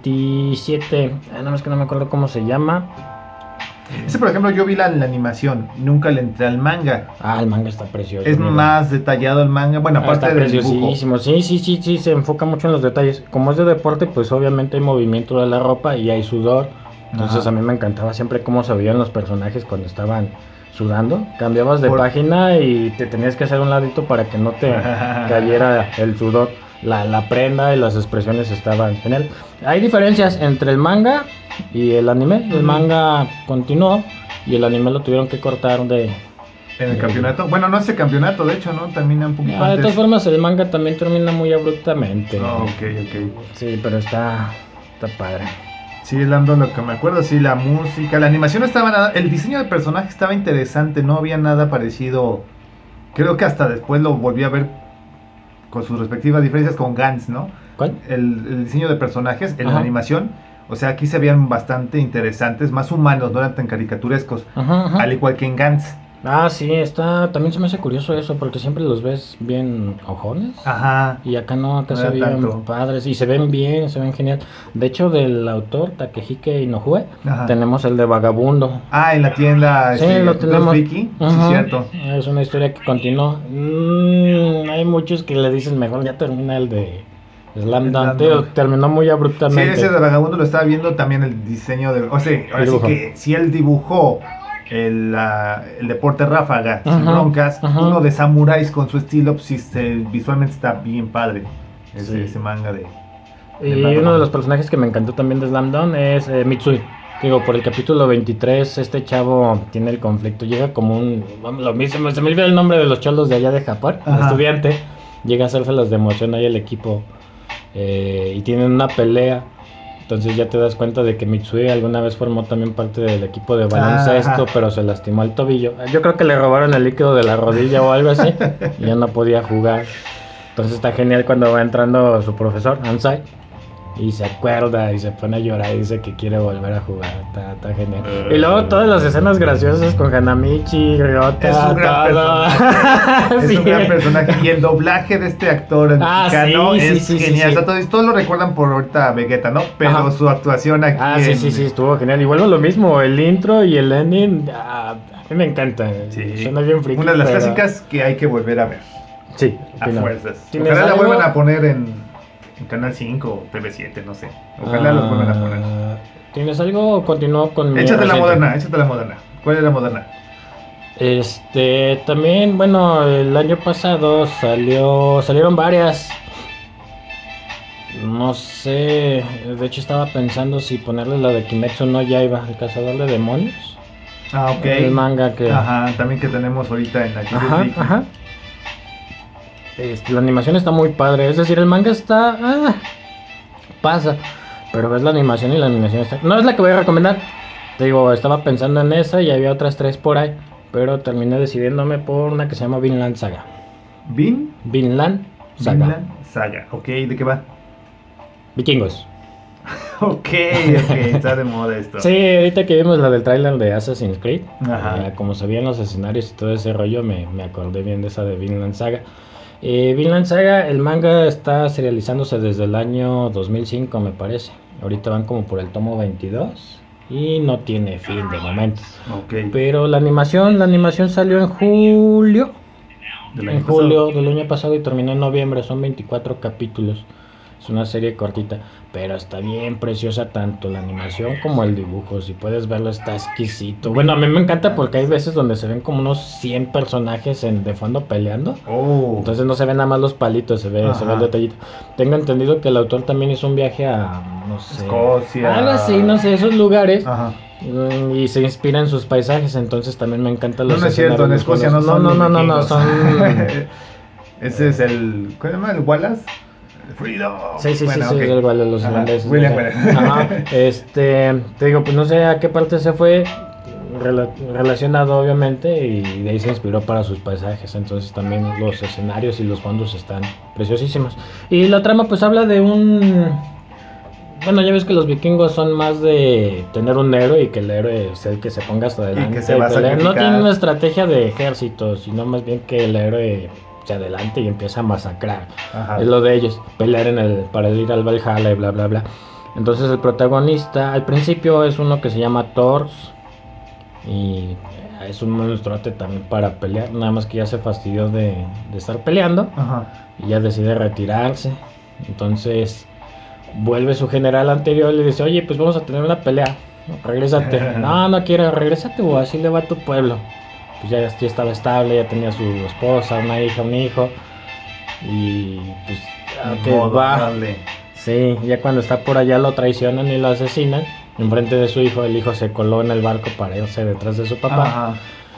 27. Nada más que no me acuerdo cómo se llama. Ese, por ejemplo, yo vi la animación. Nunca le entré al manga. El manga está precioso. Es más detallado el manga. Bueno, aparte está del dibujo. preciosísimo. Sí, se enfoca mucho en los detalles. Como es de deporte, pues obviamente hay movimiento de la ropa y hay sudor. Entonces a mí me encantaba siempre cómo se veían los personajes cuando estaban sudando. Cambiabas de página y te tenías que hacer un ladito para que no te cayera el sudor. La prenda y las expresiones estaban genial. Hay diferencias entre el manga y el anime. El manga continuó y el anime lo tuvieron que cortar en el campeonato. Bueno, no es el campeonato, de hecho, ¿no? Termina un poquito antes. De todas formas, el manga también termina muy abruptamente. Ok. Sí, pero está padre. Sí, Lando, lo que me acuerdo, sí, la música, la animación estaba nada, el diseño del personaje estaba interesante, no había nada parecido. Creo que hasta después lo volví a ver con sus respectivas diferencias con Gantz, ¿no? ¿Cuál? El diseño de personajes en la animación, o sea, aquí se veían bastante interesantes, más humanos, no eran tan caricaturescos, al igual que en Gantz. Sí, también se me hace curioso eso, porque siempre los ves bien ojones. Ajá. Y acá no, acá se veían padres y se ven bien, se ven genial. De hecho, del autor Takehiko Inoue, tenemos el de Vagabundo. En la tienda. Sí, lo tenemos. Friki. Sí, cierto. Es una historia que continuó. Hay muchos que le dicen mejor ya termina el de Slam Dunk. Terminó muy abruptamente. Sí, ese de Vagabundo lo estaba viendo también el diseño de. O sea, ahora sí que si él dibujó el deporte ráfaga sin broncas, uno de samuráis con su estilo, pues visualmente está bien padre. Ese manga de. Y uno de los personajes que me encantó también de Slam Dunk es Mitsui. Digo, por el capítulo 23, este chavo tiene el conflicto. Llega como se me olvida el nombre de los cholos de allá de Japón. El estudiante llega a hacerse las de emoción ahí el equipo. Y tienen una pelea. Entonces ya te das cuenta de que Mitsui alguna vez formó también parte del equipo de baloncesto, Ajá. pero se lastimó el tobillo. Yo creo que le robaron el líquido de la rodilla o algo así y ya no podía jugar. Entonces está genial cuando va entrando su profesor, Ansai, y se acuerda y se pone a llorar y dice que quiere volver a jugar. Está genial. Y luego todas las escenas graciosas con Hanamichi, Ryota, Es un gran todo. personaje. Es Sí. un gran personaje. Y el doblaje de este actor mexicano sí, es sí, genial. sí. O sea, todos lo recuerdan por ahorita Vegeta, ¿no? Pero Ajá. su actuación aquí Sí, estuvo genial. Igual lo mismo, el intro y el ending, a mí me encanta. Sí. Suena bien friki, Una de las pero... clásicas que hay que volver a ver. Sí, A opino. fuerzas. ¿Tienes Ojalá la algo? vuelvan a poner en Canal 5 o TV7, no sé. Ojalá los vuelvan a poner. ¿Tienes algo o continúo con mi Échate la reciente? moderna, échate la moderna. ¿Cuál es la moderna? También, bueno, el año pasado salieron varias. No sé, de hecho estaba pensando si ponerle la de Kimetsu no Yaiba, el cazador de demonios. Ah, ok. El manga que... Ajá, también que tenemos ahorita en la Vicky. Ajá. La animación está muy padre, es decir, el manga está... pasa, pero ves la animación y la animación está... No es la que voy a recomendar. Te digo, estaba pensando en esa y había otras 3 por ahí, pero terminé decidiéndome por una que se llama Vinland Saga. Vinland Saga. Vinland Saga. Ok, ¿de qué va? Vikingos. Ok, está de moda esto. Sí, ahorita que vimos la del tráiler de Assassin's Creed, Ajá. como se veían los escenarios y todo ese rollo, me acordé bien de esa de Vinland Saga. Vinland Saga, el manga está serializándose desde el año 2005, me parece. Ahorita van como por el tomo 22 y no tiene fin de momento. Ok. Pero la animación salió en julio. Del En año pasado. julio del año pasado y terminó en noviembre. Son 24 capítulos. Es una serie cortita, pero está bien preciosa tanto la animación como el dibujo. Si puedes verlo, está exquisito. Bueno, a mí me encanta porque hay veces donde se ven como unos 100 personajes de fondo peleando. Oh. Entonces no se ven nada más los palitos, se ve el detallito. Tengo entendido que el autor también hizo un viaje a, no sé, Escocia. algo así, no sé, esos lugares. Ajá. Y se inspira en sus paisajes, entonces también me encantan los No es cierto, escenarios. en Los Escocia fondos. no son los No, vikingos. son... Ese es el. ¿Cómo se llama? ¿El Wallace? Freedom. Sí, Bueno, es ok. igual de los Ajá. irlandeses. William No sé. Wallace. Ajá. Te digo, pues no sé a qué parte se fue relacionado obviamente y de ahí se inspiró para sus paisajes. Entonces también los escenarios y los fondos están preciosísimos. Y la trama pues habla de un... Bueno, ya ves que los vikingos son más de tener un héroe y que el héroe es el que se ponga hasta adelante. Y que se va a pelear. No tiene sacrificar. una estrategia de ejército, sino más bien que el héroe se adelante y empieza a masacrar. Ajá. Es lo de ellos, pelear para ir al Valhalla y bla bla bla. Entonces el protagonista al principio es uno que se llama Thor y es un monstruote también para pelear, nada más que ya se fastidió de estar peleando. Ajá. Y ya decide retirarse. Entonces vuelve su general anterior y le dice, oye, pues vamos a tener una pelea, regrésate. No quiero, regrésate o así le va a tu pueblo. Pues ya estaba estable, ya tenía su esposa, una hija, un hijo. Y pues, Modo, va. dale. Sí, ya cuando está por allá lo traicionan y lo asesinan. Enfrente de su hijo, el hijo se coló en el barco para irse detrás de su papá. Ajá.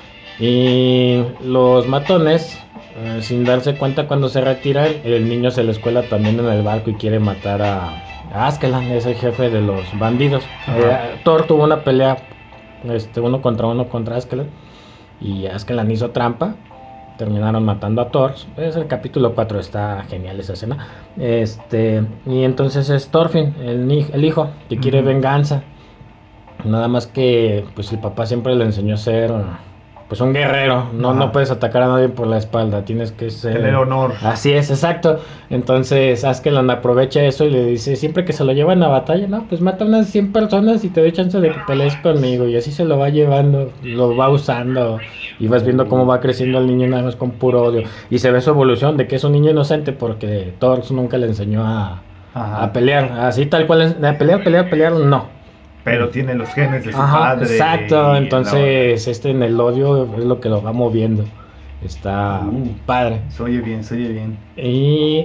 Y los matones, sin darse cuenta cuando se retiran, el niño se les cuela también en el barco y quiere matar a Askelan, es el jefe de los bandidos. Thor tuvo una pelea uno contra Askelan y Askelan hizo trampa. Terminaron matando a Thor. Es el capítulo 4, está genial esa escena. Y entonces es Thorfinn, el hijo, que quiere venganza. Nada más que pues el papá siempre le enseñó a ser pues un guerrero. No puedes atacar a nadie por la espalda, tienes que ser... Tener honor. Así es, exacto. Entonces Askelan aprovecha eso y le dice, siempre que se lo llevan a batalla, no, pues mata unas 100 personas y te doy chance de que pelees conmigo. Y así se lo va llevando, lo va usando. Y vas viendo cómo va creciendo el niño nada más con puro odio. Y se ve su evolución de que es un niño inocente porque Thor nunca le enseñó a pelear. Así tal cual, a pelear, no. Pero tiene los genes de su Ajá, padre. exacto. Entonces, en el odio es lo que lo va moviendo. Está padre. Se oye bien. Y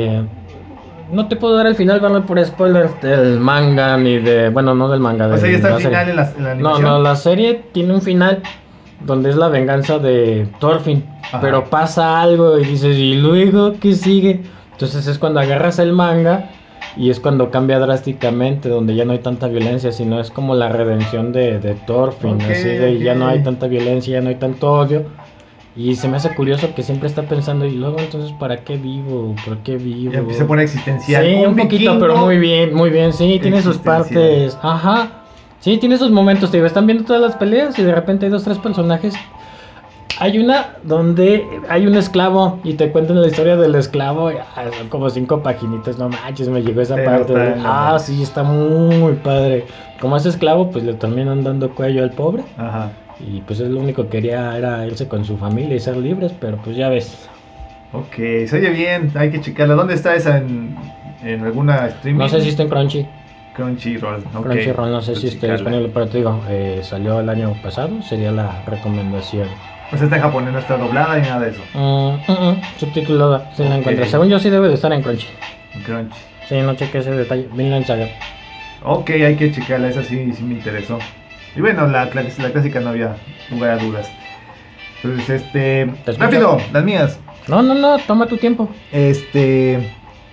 no te puedo dar el final, ¿verdad? Por spoilers del manga, ni de. Bueno, no del manga, O sea, ya está el la serie. final en la animación. No, la serie tiene un final donde es la venganza de Thorfinn. Ajá. Pero pasa algo y dices, ¿y luego qué sigue? Entonces es cuando agarras el manga Y es cuando cambia drásticamente, donde ya no hay tanta violencia, sino es como la redención de Thorfinn, Ok, así de ya no hay ok. tanta violencia, ya no hay tanto odio. Y se me hace curioso que siempre está pensando, y luego entonces, ¿para qué vivo? ¿Por qué Ya empieza a vivo? poner existencial. Sí, Un un poquito, pero vikingo muy bien, sí, tiene sus existencial. partes, ajá. Sí, tiene sus momentos, te digo, están viendo todas las peleas y de repente hay dos, tres personajes. Hay una donde hay un esclavo y te cuentan la historia del esclavo. Son como 5 paginitas, no manches, me llegó esa Te lo parte. están ganando. Sí, está muy padre. Como es esclavo, pues le terminan dando cuello al pobre. Ajá. Y pues él lo único que quería era irse con su familia y ser libres, pero pues ya ves. Ok, se oye bien, hay que checarla. ¿Dónde está esa? ¿En alguna No sé si streaming? está en Crunchyroll, ok. Crunchyroll, no sé Pues si esté checarla. disponible, pero te digo, salió el año pasado, sería la recomendación. Pues está en japonés, no está doblada ni nada de eso. Subtitulada, si la Ok, encuentras. Según yo sí debe de estar en Crunchy. Crunch. Sí, no cheque ese detalle. Vinland Saga. Ok, hay que checarla, esa sí, sí me interesó. Y bueno, la clásica no había lugar a dudas. Pues ¿Te escucho? rápido, las mías. No, no, no, toma tu tiempo. Este,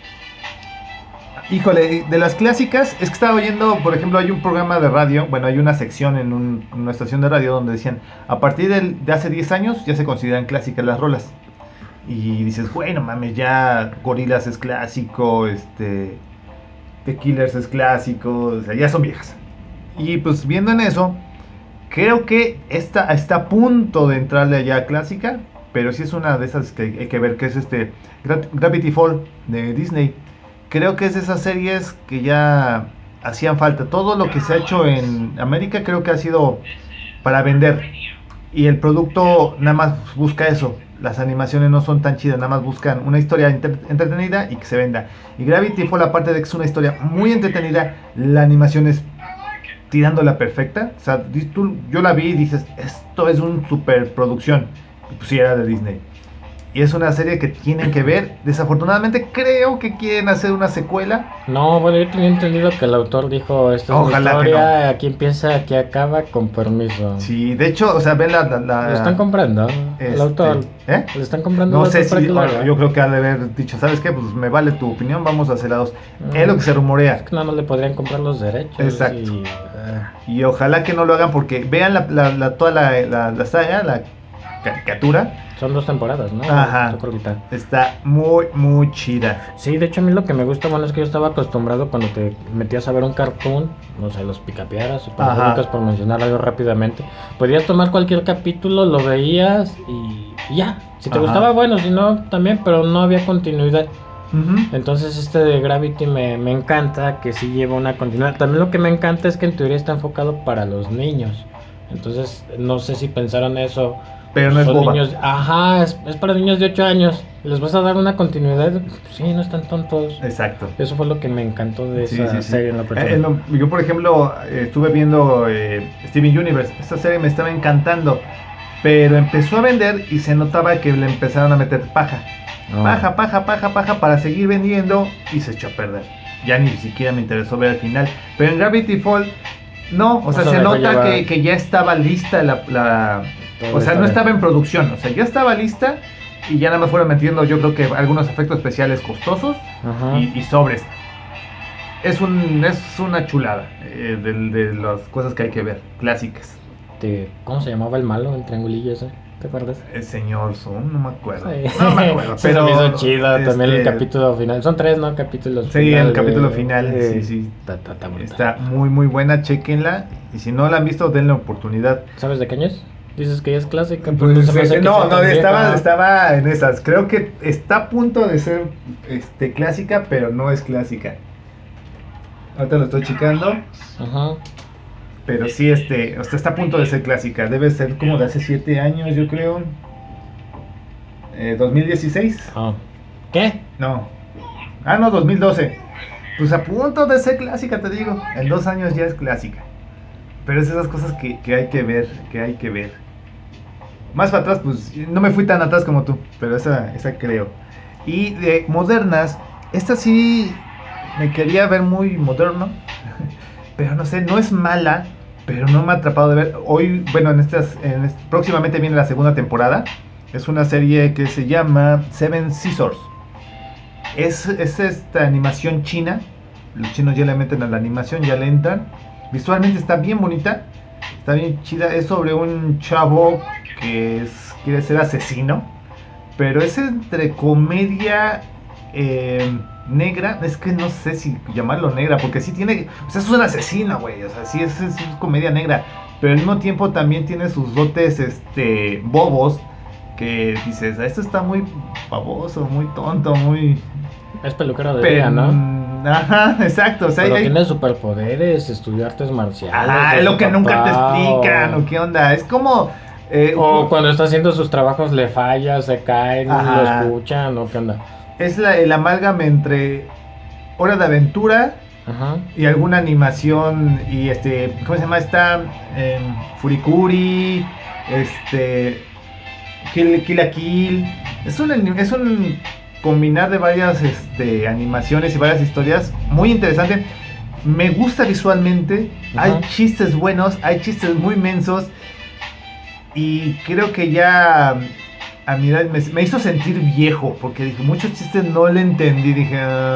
híjole, de las clásicas, es que estaba oyendo, por ejemplo, hay un programa de radio, bueno, hay una sección en una estación de radio donde decían, a partir de hace 10 años ya se consideran clásicas las rolas. Y dices, bueno, mames, ya Gorillaz es clásico, The Killers es clásico, o sea, ya son viejas. Y pues viendo en eso, creo que esta está a punto de entrarle ya a clásica, pero sí es una de esas que hay que ver, que es Gravity Fall de Disney. Creo que es de esas series que ya hacían falta. Todo lo que se ha hecho en América creo que ha sido para vender. Y el producto nada más busca eso. Las animaciones no son tan chidas, nada más buscan una historia entretenida y que se venda. Y Gravity fue la parte de que es una historia muy entretenida. La animación es tirándola perfecta. O sea, yo la vi y dices, esto es una superproducción. Y pues sí, era de Disney. Y es una serie que tienen que ver. Desafortunadamente creo que quieren hacer una secuela. No, bueno, yo tenía entendido que el autor dijo, esta es mi Ojalá que no. historia, aquí empieza, aquí acaba, con permiso. Sí, de hecho, o sea, ven Le están comprando al autor. ¿eh? Le están comprando al No sé autor para si, que lo haga. yo creo que ha de haber dicho, ¿sabes qué? Pues me vale tu opinión, vamos a hacer la dos. Es lo que se Es rumorea. que nada más le podrían comprar los derechos Exacto. y... Y ojalá que no lo hagan porque vean toda la saga, la caricatura. son 2 temporadas, ¿no? Está Ajá. cortita. Está muy, muy chida. Sí, de hecho a mí lo que me gusta, bueno, es que yo estaba acostumbrado cuando te metías a ver un cartoon, no sé, los Picapiedras, Supersónicas, Ajá. por mencionar algo rápidamente. Podías tomar cualquier capítulo, lo veías y ya. Si te gustaba, Ajá. bueno, si no, también, pero no había continuidad. Ujú. Entonces este de Gravity me encanta, que sí lleva una continuidad. También lo que me encanta es que en teoría está enfocado para los niños. Entonces no sé si pensaron eso. Pero Pues no es son boba. niños, ajá, es para niños de 8 años. ¿Les vas a dar una continuidad? Pues sí, no están tontos. Exacto. Eso fue lo que me encantó de Sí, sí, esa sí. serie en lo personal. Yo, por ejemplo, estuve viendo Steven Universe. Esta serie me estaba encantando. Pero empezó a vender y se notaba que le empezaron a meter paja. No, Paja, paja, paja, paja para seguir vendiendo y se echó a perder. Ya ni siquiera me interesó ver el final. Pero en Gravity Fall, no, o no sea, se se dejó nota llevar que ya estaba lista toda o la sea, no historia. estaba en producción, o sea, ya estaba lista y ya nada más fueron metiendo, yo creo que algunos efectos especiales costosos Ajá. y sobres. Es una chulada de las cosas que hay que ver, clásicas. ¿Cómo se llamaba el malo, el triangulillo ese? ¿Te acuerdas? El señor Zoom, no me acuerdo. Sí, No me acuerdo, sí se me hizo pero chido también el capítulo final. Son 3, ¿no? Capítulos sí, el capítulo finales. final, sí, sí. Está brutal. Está muy, muy buena, chequenla. Y si no la han visto, denle oportunidad. ¿Sabes de qué año es? Dices que ya es clásica, pero no se Pues me hace que no, sea no, tan vieja. estaba en esas. Creo que está a punto de ser clásica, pero no es clásica. Ahorita lo estoy checando. Ajá. Pero sí, o sea, está a punto de ser clásica. Debe ser como de hace 7 años, yo creo. 2016. Oh. ¿Qué? No. Ah, no, 2012. Pues a punto de ser clásica, te digo. En 2 años ya es clásica. Pero es esas cosas que hay que ver, que hay que ver. Más para atrás, pues no me fui tan atrás como tú, pero esa creo. Y de modernas, esta sí me quería ver muy moderno, pero no sé, no es mala, pero no me ha atrapado de ver. Hoy, bueno, próximamente viene la segunda temporada. Es una serie que se llama Seven Scissors. Es esta animación china los chinos ya le meten a la animación, ya le entran. Visualmente está bien bonita, está bien chida. Es sobre un chavo que quiere ser asesino, pero es entre comedia negra. Es que no sé si llamarlo negra, porque sí tiene, o sea, es una asesina, güey. O sea, sí es comedia negra, pero al mismo tiempo también tiene sus dotes, bobos, que dices, esto está muy baboso, muy tonto, muy... Es peluquero de día, ¿no? Ajá, exacto. O sea, Pero tiene superpoderes, estudió artes marciales, ajá, o es su lo que nunca te papá, explican, o qué onda. Es como... o cuando está haciendo sus trabajos le falla, se cae, lo ajá. escuchan, o qué onda. Es el amálgame entre Hora de Aventura Ajá. y alguna animación y ¿cómo se llama esta? Furikuri, Kill la Kill. Es un combinar de varias animaciones y varias historias muy interesante. Me gusta visualmente, hay Ajá. chistes buenos, hay chistes muy mensos y creo que ya a mi edad me hizo sentir viejo porque dije, muchos chistes no le entendí, dije,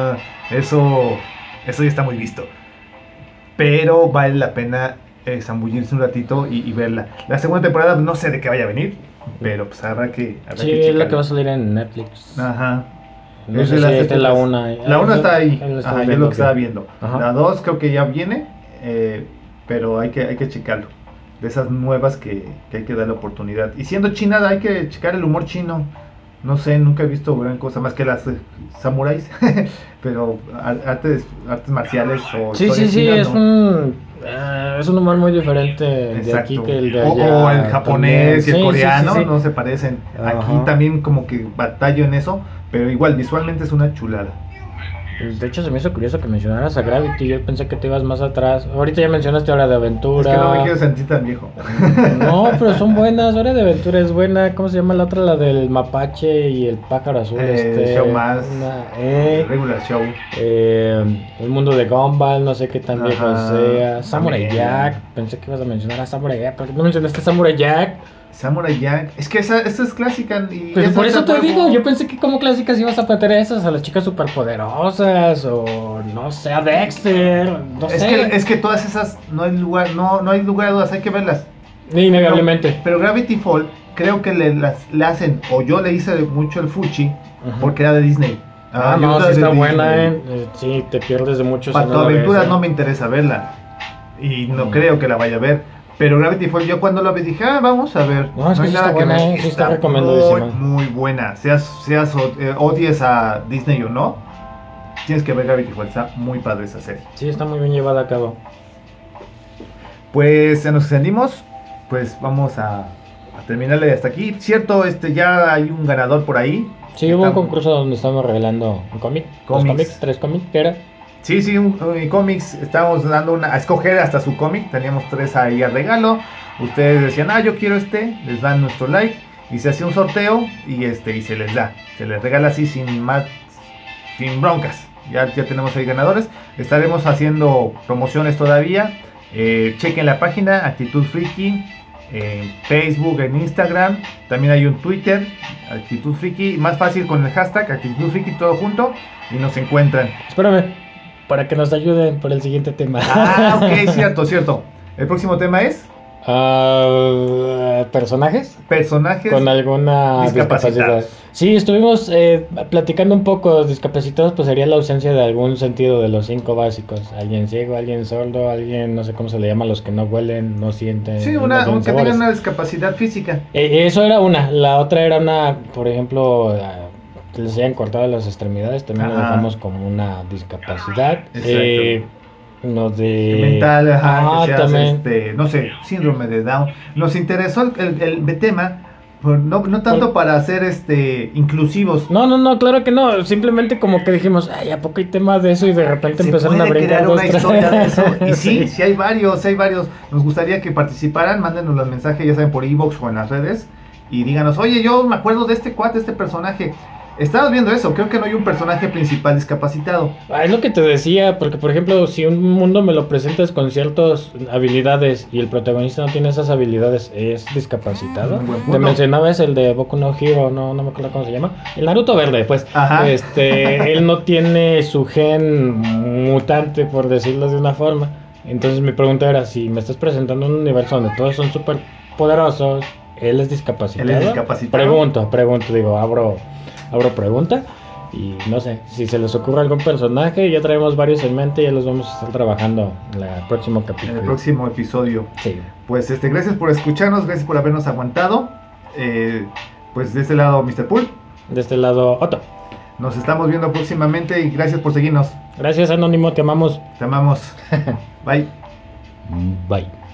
eso ya está muy visto. Pero vale la pena zambullirse un ratito y verla. La segunda temporada no sé de qué vaya a venir, pero pues habrá Sí, que es la que va checarla. a salir en Netflix. Ajá. No Es sé de si las esta es la épocas. una. La una está ahí. Ahí lo Ajá, estoy yo lo viendo, que sí. estaba viendo. Ajá. La 2 creo que ya viene, pero hay que checarlo. De esas nuevas que hay que dar la oportunidad. Y siendo china, hay que checar el humor chino. No sé, nunca he visto gran cosa más que las samuráis. Pero artes marciales o Sí, sí, historias sí, chinas, no. es un humor muy diferente el de aquí Exacto. que el de O el allá también. japonés y el Sí, sí, sí, coreano sí. no se parecen. Aquí Ajá. también como que batallo en eso, pero igual visualmente es una chulada. De hecho, se me hizo curioso que mencionaras a Gravity. Yo pensé que te ibas más atrás. Ahorita ya mencionaste Hora de Es que no me Aventura. quiero sentir tan viejo. No, pero son buenas. Hora de Aventura es buena. ¿Cómo se llama la otra? La del mapache y el pájaro azul. Show más, regular show. El mundo de Gumball. No sé qué tan viejo Ajá, sea. Samurai también Jack. ya. Pensé que ibas a mencionar a Samurai Jack. ¿Por qué no mencionaste Samurai Jack? Samurai Jack. Es que esa es clásica y Pues esa por es a eso te digo, huevo. yo pensé que como clásicas ibas a meter esas, a las chicas superpoderosas, o no sé, a Dexter, no sé. Es que todas esas no hay lugar, no hay lugar a dudas, hay que verlas. Pero, Innegablemente. pero Gravity Fall creo que le hacen, o yo le hice mucho el fuchi, Ujú. porque era de Disney. Ah, Yo no, sí estaba de está buena, Disney. ¿eh? Sí, te pierdes de mucho si no la ves, Patoaventuras ¿eh? no me interesa verla. Y no Mm. creo que la vaya a ver. Pero Gravity Fall, yo cuando la vi dije, vamos a ver. No, es No que hay sí está nada que ver. buena, ¿eh? Sí está Está muy, recomendadísima. muy buena. Odies a Disney o no, tienes que ver Gravity Fall. Está muy padre esa serie. Sí, está muy bien llevada a cabo. Pues ya nos extendimos. Pues vamos a terminarle hasta aquí. Cierto, ya hay un ganador por ahí. Sí, hubo un Estamos concurso donde estábamos regalando un cómic, dos cómics, cómics. tres cómics, ¿qué era? Sí, sí, cómics. Estábamos dando a escoger hasta su cómic. Teníamos tres ahí a regalo. Ustedes decían, yo quiero les dan nuestro like. Y se hacía un sorteo y se les da. Se les regala así sin más, sin broncas. Ya tenemos ahí ganadores. Estaremos haciendo promociones todavía. Chequen la página Actitud Friki. En Facebook, en Instagram. También hay un Twitter, Actitud Friki. Más fácil con el hashtag Actitud Friki todo junto. Y nos encuentran. Espérame, para que nos ayuden por el siguiente tema. Ok, cierto, cierto. El próximo tema es ¿Personajes? personajes Con alguna discapacidad. discapacitados. Sí, estuvimos platicando un poco. Discapacitados, pues sería la ausencia de algún sentido de los cinco básicos. Alguien ciego, alguien sordo, alguien, no sé cómo se le llama, a los que no huelen, no Sí, sienten y no tienen que tengan sabores. una discapacidad física. Eso era una. La otra era una, por ejemplo, que les hayan cortado las extremidades. También lo Ajá, dejamos como una discapacidad. exacto. Lo de... Mental, ajá, que Ah, seas, también. no sé, síndrome de Down. Nos interesó el tema, no Por- tanto para ser inclusivos. No, no, no, claro que no. Simplemente como que dijimos, ay, ¿a poco hay tema de eso? Y de repente Se empezaron a puede brincar crear dos, una tres. historia de eso. Y sí, Sí. sí hay varios, sí hay varios. Nos gustaría que participaran, mándenos los mensajes, ya saben, por iVoox o en las redes. Y díganos, oye, yo me acuerdo de este cuate, este personaje. Estabas viendo eso, creo que no hay un personaje principal discapacitado. Es lo que te decía, porque por ejemplo, si un mundo me lo presentas con ciertas habilidades y el protagonista no tiene esas habilidades, ¿es discapacitado? Buen Te punto. mencionabas el de Boku no Hero, no me acuerdo cómo se llama. El Naruto verde, pues. Ajá. Él no tiene su gen mutante, por decirlo de una forma. Entonces mi pregunta era, si me estás presentando un universo donde todos son súper poderosos, ¿él es discapacitado? ¿Él es discapacitado? Pregunto, digo, abro pregunta. Y no sé, si se les ocurre algún personaje, ya traemos varios en mente y ya los vamos a estar trabajando en el próximo capítulo. En el próximo episodio. Sí. Pues gracias por escucharnos, gracias por habernos aguantado. Pues de este lado, Mr. Pool. De este lado, Otto. Nos estamos viendo próximamente y gracias por seguirnos. Gracias, Anónimo, te amamos. Te amamos. Bye. Bye.